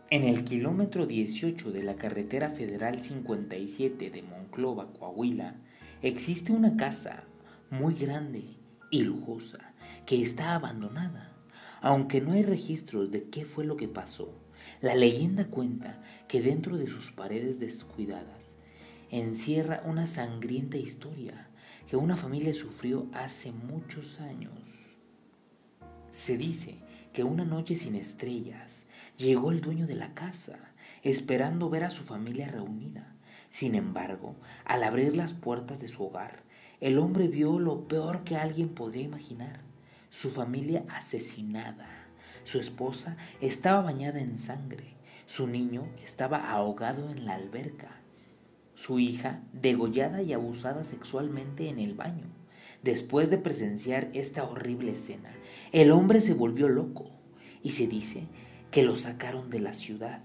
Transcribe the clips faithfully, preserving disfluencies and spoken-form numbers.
En el kilómetro dieciocho de la carretera federal cincuenta y siete de Monclova, Coahuila, existe una casa muy grande y lujosa que está abandonada. Aunque no hay registros de qué fue lo que pasó, la leyenda cuenta que dentro de sus paredes descuidadas encierra una sangrienta historia que una familia sufrió hace muchos años. Se dice que una noche sin estrellas llegó el dueño de la casa, esperando ver a su familia reunida. Sin embargo, al abrir las puertas de su hogar, el hombre vio lo peor que alguien podría imaginar: su familia asesinada. Su esposa estaba bañada en sangre, su niño estaba ahogado en la alberca, su hija degollada y abusada sexualmente en el baño. Después de presenciar esta horrible escena, el hombre se volvió loco y se dice que lo sacaron de la ciudad.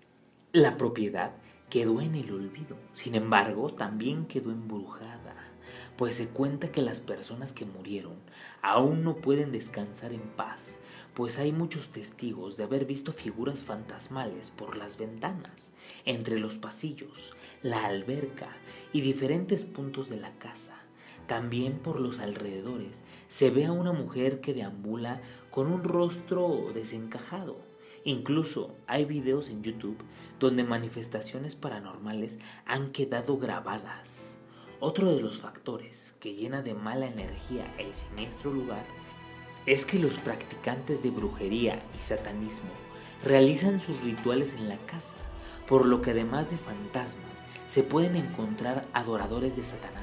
La propiedad quedó en el olvido, sin embargo, también quedó embrujada, pues se cuenta que las personas que murieron aún no pueden descansar en paz, pues hay muchos testigos de haber visto figuras fantasmales por las ventanas, entre los pasillos, la alberca y diferentes puntos de la casa. También por los alrededores se ve a una mujer que deambula con un rostro desencajado. Incluso hay videos en YouTube donde manifestaciones paranormales han quedado grabadas. Otro de los factores que llena de mala energía el siniestro lugar es que los practicantes de brujería y satanismo realizan sus rituales en la casa, por lo que además de fantasmas se pueden encontrar adoradores de Satanás.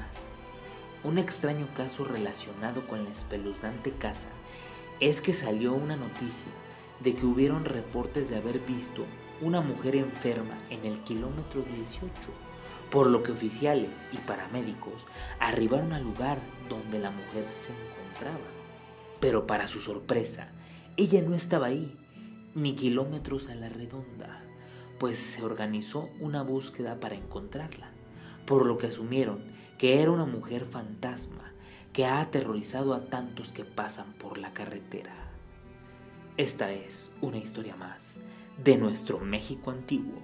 Un extraño caso relacionado con la espeluznante casa es que salió una noticia de que hubieron reportes de haber visto una mujer enferma en el kilómetro dieciocho, por lo que oficiales y paramédicos arribaron al lugar donde la mujer se encontraba. Pero para su sorpresa, ella no estaba ahí, ni kilómetros a la redonda, pues se organizó una búsqueda para encontrarla, por lo que asumieron que era una mujer fantasma que ha aterrorizado a tantos que pasan por la carretera. Esta es una historia más de nuestro México antiguo.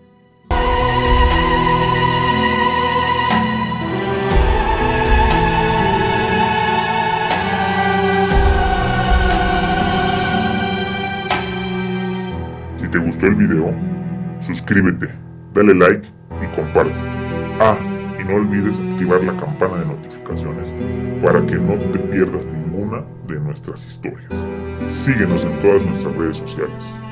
Si te gustó el video, suscríbete, dale like y comparte. Ah, y no olvides activar la campana de notificaciones para que no te pierdas ninguna de nuestras historias. Síguenos en todas nuestras redes sociales.